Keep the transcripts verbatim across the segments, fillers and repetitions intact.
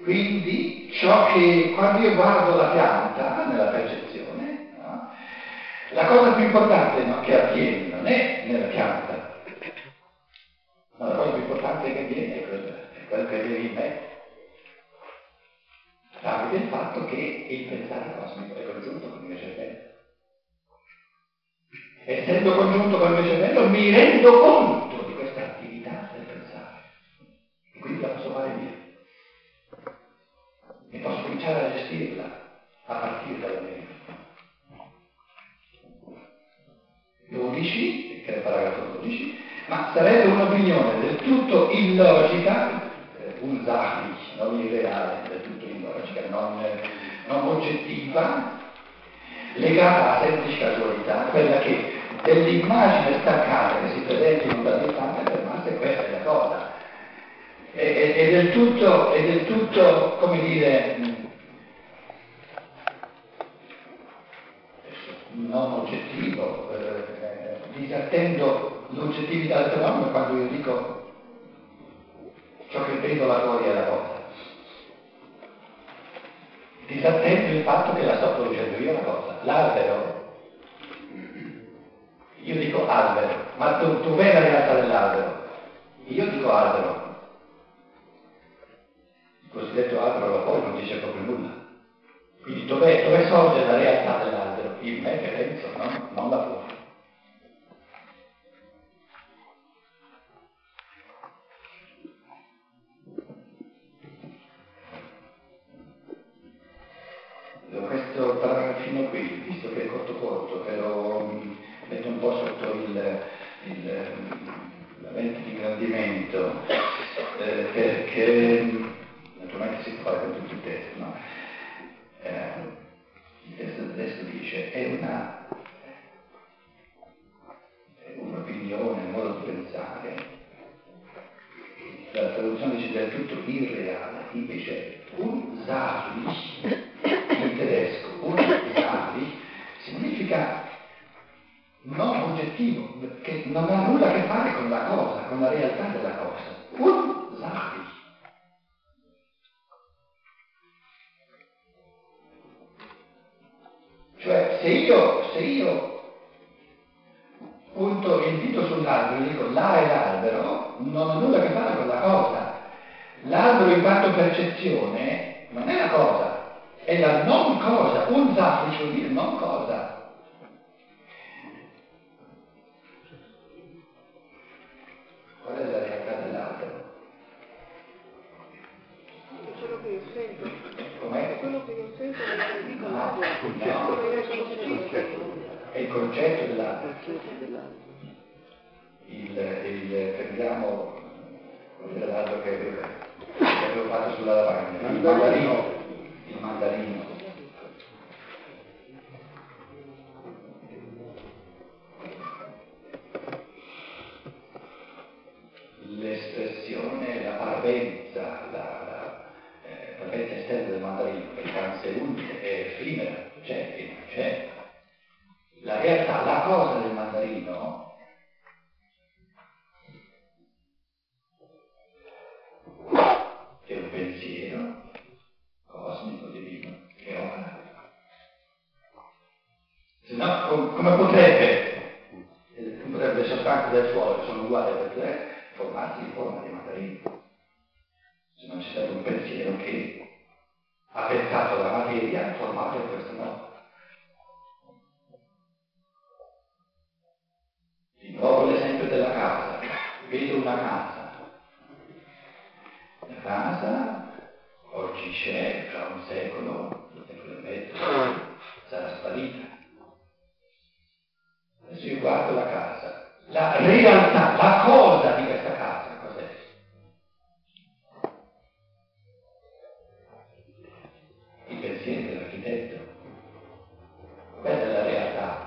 Quindi ciò che, quando io guardo la pianta nella percezione, no? La cosa più importante no, che avviene non è nella pianta, ma la cosa più importante che avviene è quello, è quello che avviene in me, tramite il fatto che il pensare cosmico è congiunto con il mio cervello. Essendo congiunto con il mio cervello mi rendo conto di questa attività del pensare e quindi la posso fare mia e posso cominciare a gestirla a partire dalla mia vita. dodici, che è il paragrafo dodici, ma sarebbe un'opinione del tutto illogica, unsachlich, non irreale, del tutto illogica, non, non oggettiva, legata a semplice casualità, quella che dell'immagine staccata che si presenta in un dato istante per massa, questa è la cosa. È, è, è, del tutto, è del tutto, come dire, non oggettivo, eh, disattendo l'oggettività del fenomeno quando io dico ciò che vedo là fuori è la cosa. Disattendo il fatto che la sto producendo io la cosa. L'albero, io dico albero, ma tu, tu vedi la realtà dell'albero? Io dico albero. Il cosiddetto albero là fuori non dice proprio nulla. Quindi dove, dove sorge la realtà dell'albero? In me che penso, no? Non là fuori. Questo paragrafino qui, visto che è corto corto, però metto un po' sotto il, il, la lente di ingrandimento, eh, perché naturalmente si può fare con tutti i testi, no? Eh, il testo adesso dice è una è un'opinione, un modo di pensare. La traduzione dice del tutto irreale, invece un sachlich in tedesco, un sachlich significa non oggettivo, che non ha nulla a che fare con la cosa, con la realtà della cosa. Un sachlich. Cioè, se io, se io punto il dito sull'albero e dico là è l'albero, non ha nulla a che fare con la cosa. L'albero in quanto percezione non è la cosa, è la non cosa, un sachlich vuol dire non cosa. Qual è la realtà dell'albero? È quello che io sento. Com'è? È quello che io sento mentre dico No, l'albero. no, è il concetto dell'albero. Il, il, prendiamo, qual era l'altro che avevo fatto sulla lavagna? Il mandarino. Il mandarino. L'espressione, la parvenza, la, la eh, parvenza esterna del mandarino, che canse uniche, è effimera, c'è e non c'è. La realtà, la cosa del mandarino è un pensiero cosmico, divino, che opera. Se no, com- come potrebbe, eh, potrebbe le sostanze del suolo, che sono uguali per tre, formarsi in forma di mandarino? Se non c'è stato un pensiero che ha pensato la materia formata in questo modo. Di nuovo l'esempio della casa. Vedo una casa. La casa oggi c'è, fra un secolo, un secolo e mezzo, sarà sparita. Adesso io guardo la casa. La realtà, la cosa di questa casa, cos'è? Il pensiero dell'architetto. Quella è la realtà.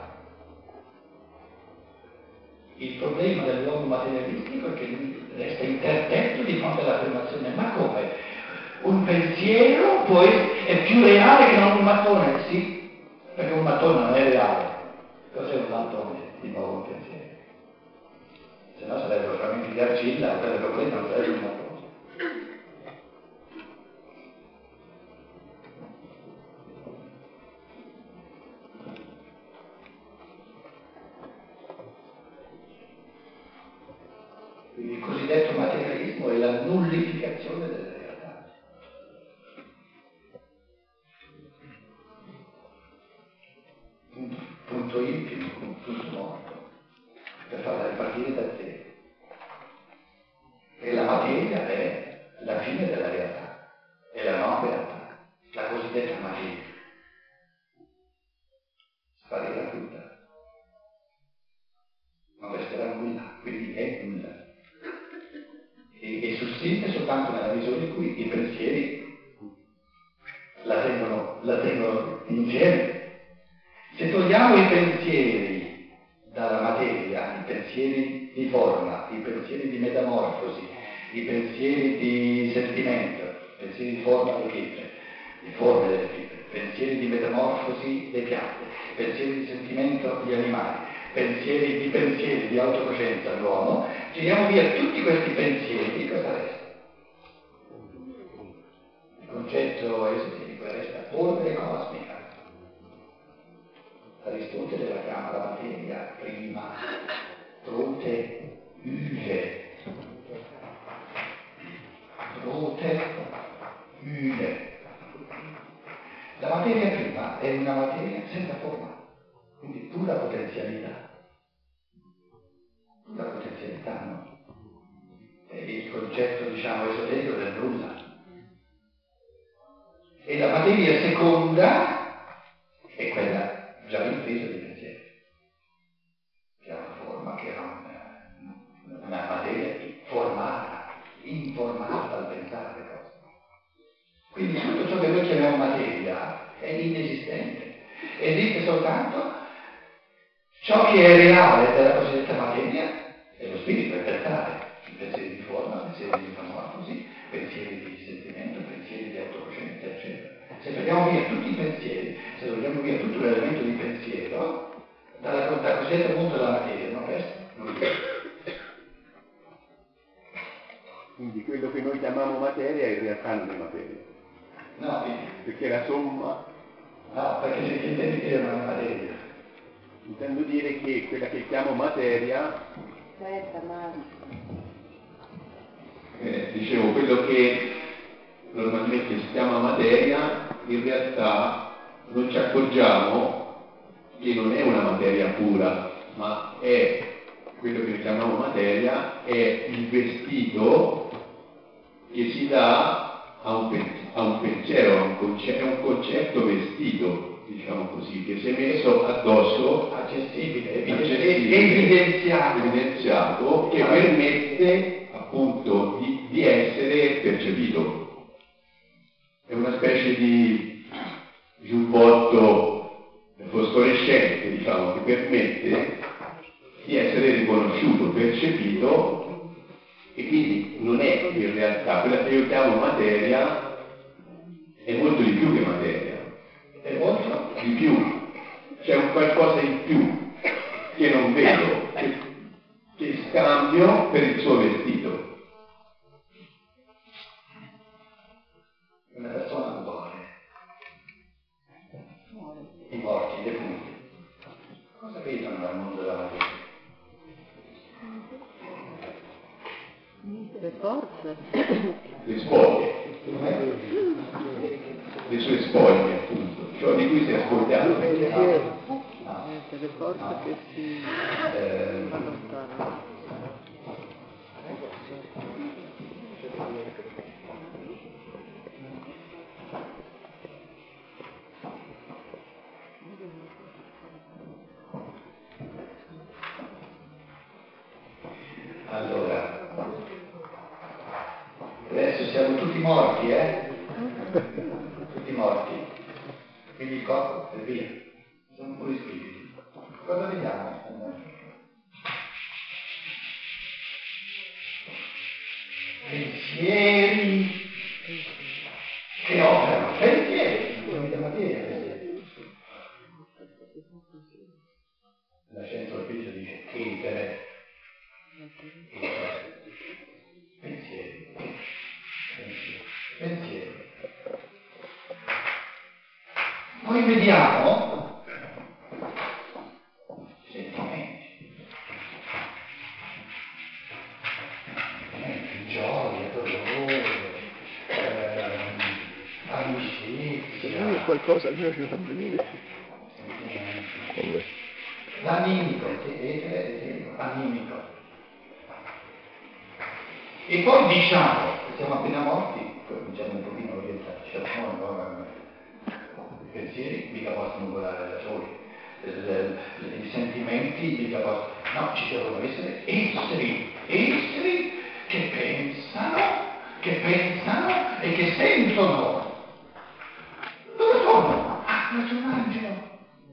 Il problema dell'uomo materialistico è che lui resta interdetto di fronte all'affermazione: ma come? Un pensiero poi è più reale che non un mattone? Sì, perché un mattone non è reale. Cos'è un mattone? Di nuovo un pensiero. Se no sarebbero frammenti di argilla, o quelle che volete non sarebbe un mattone. Quindi il cosiddetto materialismo è la nullificazione della realtà. Punto, punto intimo, punto morto, per farla ripartire da te. E la materia è la fine della realtà, è la non realtà, la cosiddetta materia. Sparirà tutta. Non resterà nulla, quindi è nulla. E, e sussiste soltanto nella misura in cui i pensieri la tengono, la tengono insieme. Se togliamo i pensieri dalla materia, i pensieri di forma, i pensieri di metamorfosi, i pensieri di sentimento, i pensieri di forma delle pietre, di forme delle pietre, pensieri di metamorfosi delle piante, pensieri di sentimento degli animali, pensieri di pensieri di autocoscienza dell'uomo, tiriamo via tutti questi pensieri, cosa resta? Il concetto esoterico resta polvere cosmica. Aristotele la chiama la materia prima, prote üle. Prote üle. La materia prima è una materia senza forma, quindi pura potenzialità. Pura potenzialità, no? È il concetto, diciamo, esoterico del nulla. E la materia seconda è quella già intrisa di pensiero, che ha una forma, che ha una, una materia formata, informata al pensare le cose. Quindi tutto ciò che noi chiamiamo materia è inesistente. Esiste soltanto ciò che è reale della cosiddetta materia, è lo spirito, è pensare. Pensieri di forma, pensieri di metamorfosi, pensieri di sentimento, pensieri di autocoscienza, eccetera. Se togliamo via tutti i pensieri, se togliamo via tutto l'elemento di pensiero, dalla, dal cosiddetto mondo della materia non resta nulla. Quindi quello che noi chiamiamo materia in realtà non è materia. No, perché la somma... No, perché se intendi dire non è materia. Intendo dire che quella che chiamo materia... Aspetta, ma... Eh, dicevo, quello che normalmente si chiama materia, in realtà non ci accorgiamo che non è una materia pura, ma è quello che chiamiamo materia, è il vestito che si dà a un, pen- a un pensiero, a un conce- è un concetto vestito, diciamo così, che si è messo addosso, accessibile, accessibile, evidenziato, evidenziato, che permette appunto di, di essere percepito. È una specie di giubbotto fosforescente, diciamo, che permette di essere riconosciuto, percepito, e quindi non è in realtà quella che io chiamo materia, è molto di più che materia, è molto di più, c'è un qualcosa in più che non vedo, che, che scambio per il suo vestito. Una persona muore, i morti, i defunti, cosa vedono nel mondo della materia? Le forze. Le spoglie, le sue spoglie appunto, ciò di cui si è spogliato. No. Le forze No. che si Eh, allontano. Allora, adesso siamo tutti morti, eh? Tutti morti. Quindi il corpo è via. Siamo pure spiriti. Cosa vediamo? Pensieri che operano. Pensieri, non è materia, pensieri. La scienza spirito dice che interesse. Pensieri, pensieri, pensieri. Poi vediamo sentimenti. qualcosa almeno ci fa venire. Come? L'animico, etere, animico. E poi diciamo, che siamo appena morti, poi cominciamo un pochino a orientarci al mondo, i pensieri mica possono volare da soli, i sentimenti mica possono, no, ci devono essere esseri, esseri che pensano, che pensano e che sentono. Dove sono? Ah, ma c'è un angelo.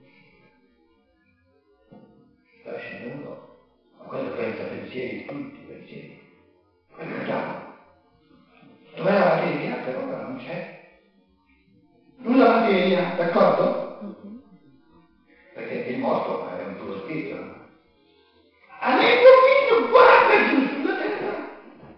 Sta scendendo, ma quello pensa pensieri, tutti pensieri. Quello già. Dov'è la materia? Per ora non c'è. Lui la materia, d'accordo? Perché il morto è un puro spirito. All'improvviso guarda giù sulla terra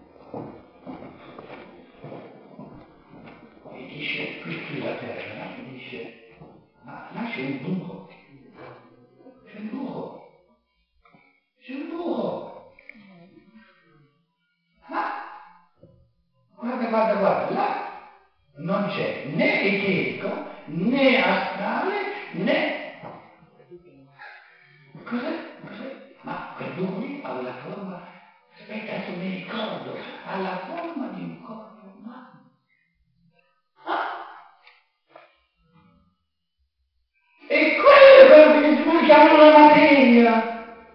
e dice, qui sulla terra, dice, ma là c'è un buco. C'è un buco. C'è un buco. Ma guarda, guarda, guarda, là non c'è né eterico, né astrale, né... Cos'è? Cos'è? Ma quel buco lì ha la forma, aspetta, adesso mi ricordo, ha la forma di un corpo umano. Ah! E quello è quello che noi chiamiamo la materia.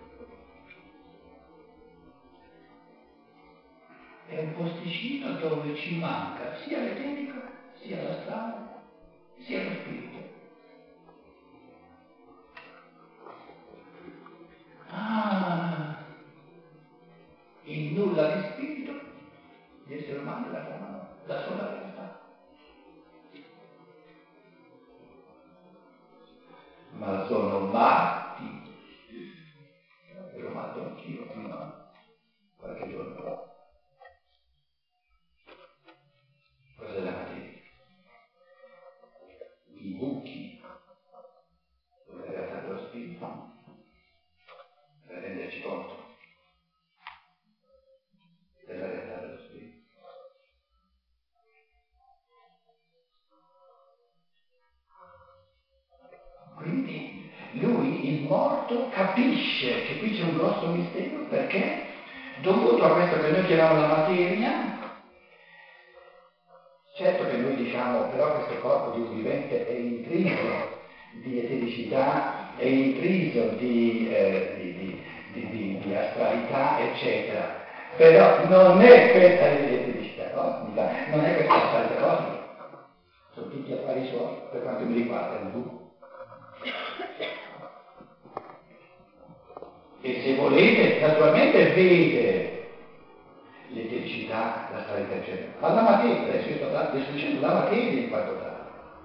È un posticino dove ci manca sia l'eterico, sia l'astrale, sia lo spirito. Ah, il nulla di spirito, gli esseri umani la chiamano la sola realtà. Ma sono matti. Ero matto anch'io fino a qualche giorno fa. Cos'è la materia? I buchi della realtà dello spirito, per renderci conto della realtà dello spirito. Quindi lui, il morto, capisce che qui c'è un grosso mistero, perché dovuto a questo che noi chiamiamo la materia, certo che noi diciamo, però questo corpo di un vivente è intriso di etericità, è intriso di, eh, di, di, di, di, di astralità, eccetera. Però non è questa l'etericità cosmica, non è questa l'astralità cosmica. Sono tutti affari suoi, per quanto mi riguarda, il buco. E se volete, naturalmente vede l'etericità, la strarità, eccetera. Ma la materia, adesso io sto dicendo la materia in quanto tale.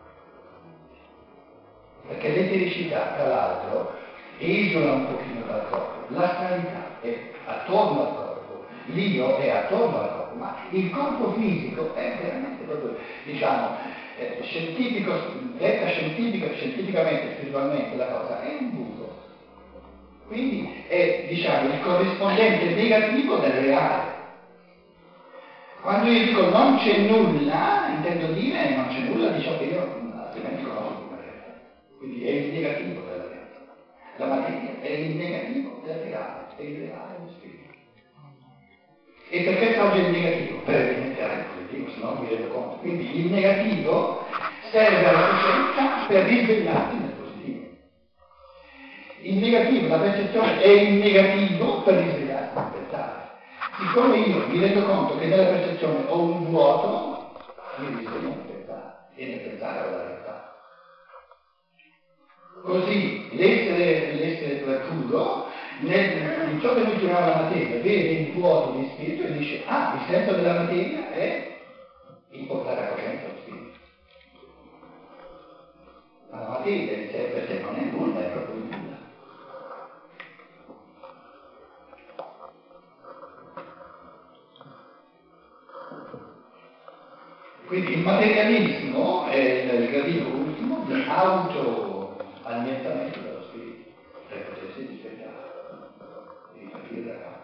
Perché l'etericità, tra l'altro, esula un pochino dal corpo. La strarità è attorno al corpo, l'io è attorno al corpo, ma il corpo fisico è veramente proprio, diciamo, eh, scientifico, detta scientifica, scientificamente, spiritualmente la cosa è un buco. Quindi è, diciamo, il corrispondente negativo del reale. Quando io dico non c'è nulla, intendo dire non c'è nulla di ciò che io altrimenti conosco come realtà. Quindi è il negativo della realtà. La materia è il negativo del reale, è il reale dello spirito. E perché sorge il negativo? Per alimentare il positivo, se no non mi rendo conto. Quindi il negativo serve alla coscienza per risvegliarsi nel positivo. Il negativo, la percezione è il negativo per risvegliarsi nel pensare. Siccome io mi rendo conto che nella percezione ho un vuoto, mi risveglio nel pensare e nel pensare ho la realtà. Così l'essere, l'essere puro, nel, in ciò che noi chiamiamo la materia, vede il vuoto di spirito e dice: ah, il senso della materia è il portare a coscienza lo spirito. Ma la materia in sé per sé non è nulla, è proprio nulla. Quindi il materialismo è il gradino ultimo di auto-annientamento dello spirito, per potersi risvegliare, di ripartire da capo.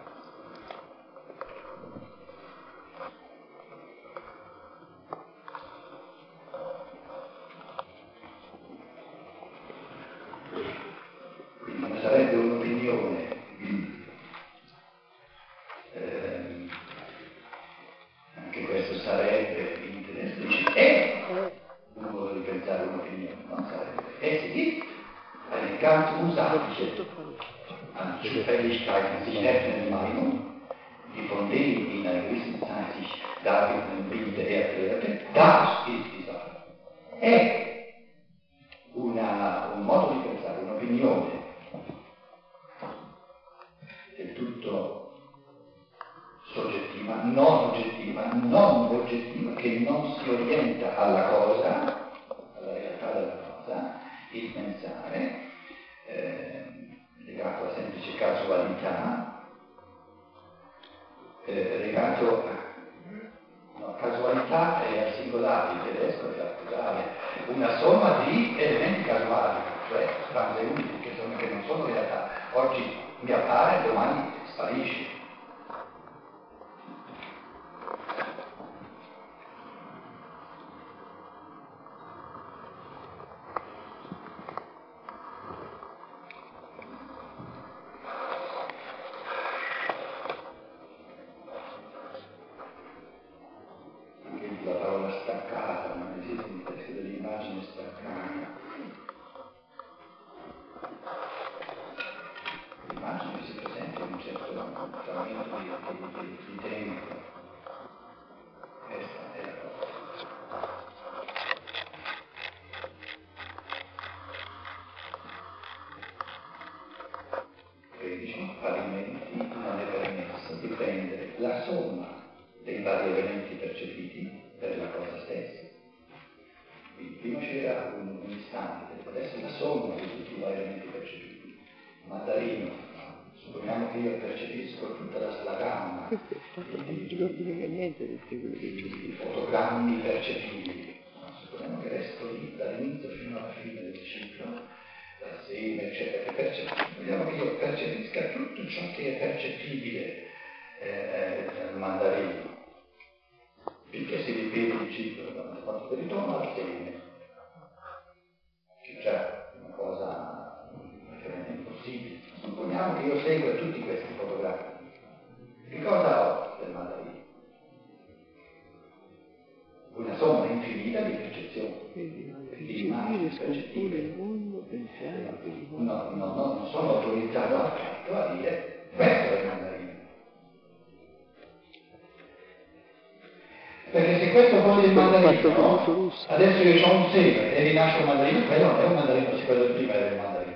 sarebbe in tedesco, dici è un modo di pensare, un'opinione, non sarebbe. Es gibt eine ganz unsachliche, an Zufälligkeiten sich heftende Meinung, die von denen in einer gewissen Zeit sich David ein Bilde erklärte, das ist die Sache. È una, un modo di pensare, un'opinione del tutto soggettiva, non oggettiva, non oggettiva, che non si orienta alla cosa, alla realtà della cosa, il pensare, eh, legato a semplice casualità, eh, legato a no, casualità e al singolare, il tedesco è al plurale, una somma di elementi casuali, cioè transeunti, che, sono, che non sono realtà. Oggi mi appare, domani sparisce. La parola staccata, non esiste un testo dell'immagine staccata. L'immagine si presenta in un certo frammento di, di, di, di tempo. Questa è la cosa. tredici. Parimenti non è permesso di prendere la somma dei vari elementi percepiti per la cosa stessa. Quindi prima c'era un, un istante, deve essere la somma di tutti i vari elementi percepiti. Mandarino, supponiamo che io percepisco tutta la, la gamma di, di, di fotogrammi percepibili. Supponiamo che resto lì dall'inizio fino alla fine del ciclo, assieme, eccetera, che percepisco. Vogliamo che io percepisca tutto ciò che è percepibile eh, dal mandarino. Finché si ripete il ciclo, quando si ritorna al seme, che già è una cosa praticamente impossibile. Supponiamo che io segua tutti questi fotogrammi. Che cosa ho del mandarino? Una somma infinita di percezioni, di immagini percettibili. No, no, no, non sono autorizzato affatto a dire questo è il mandarino. Perché se questo fosse il mandarino, adesso io ho un seme e rinasce un mandarino, quello non è un mandarino, se quello del prima era il mandarino.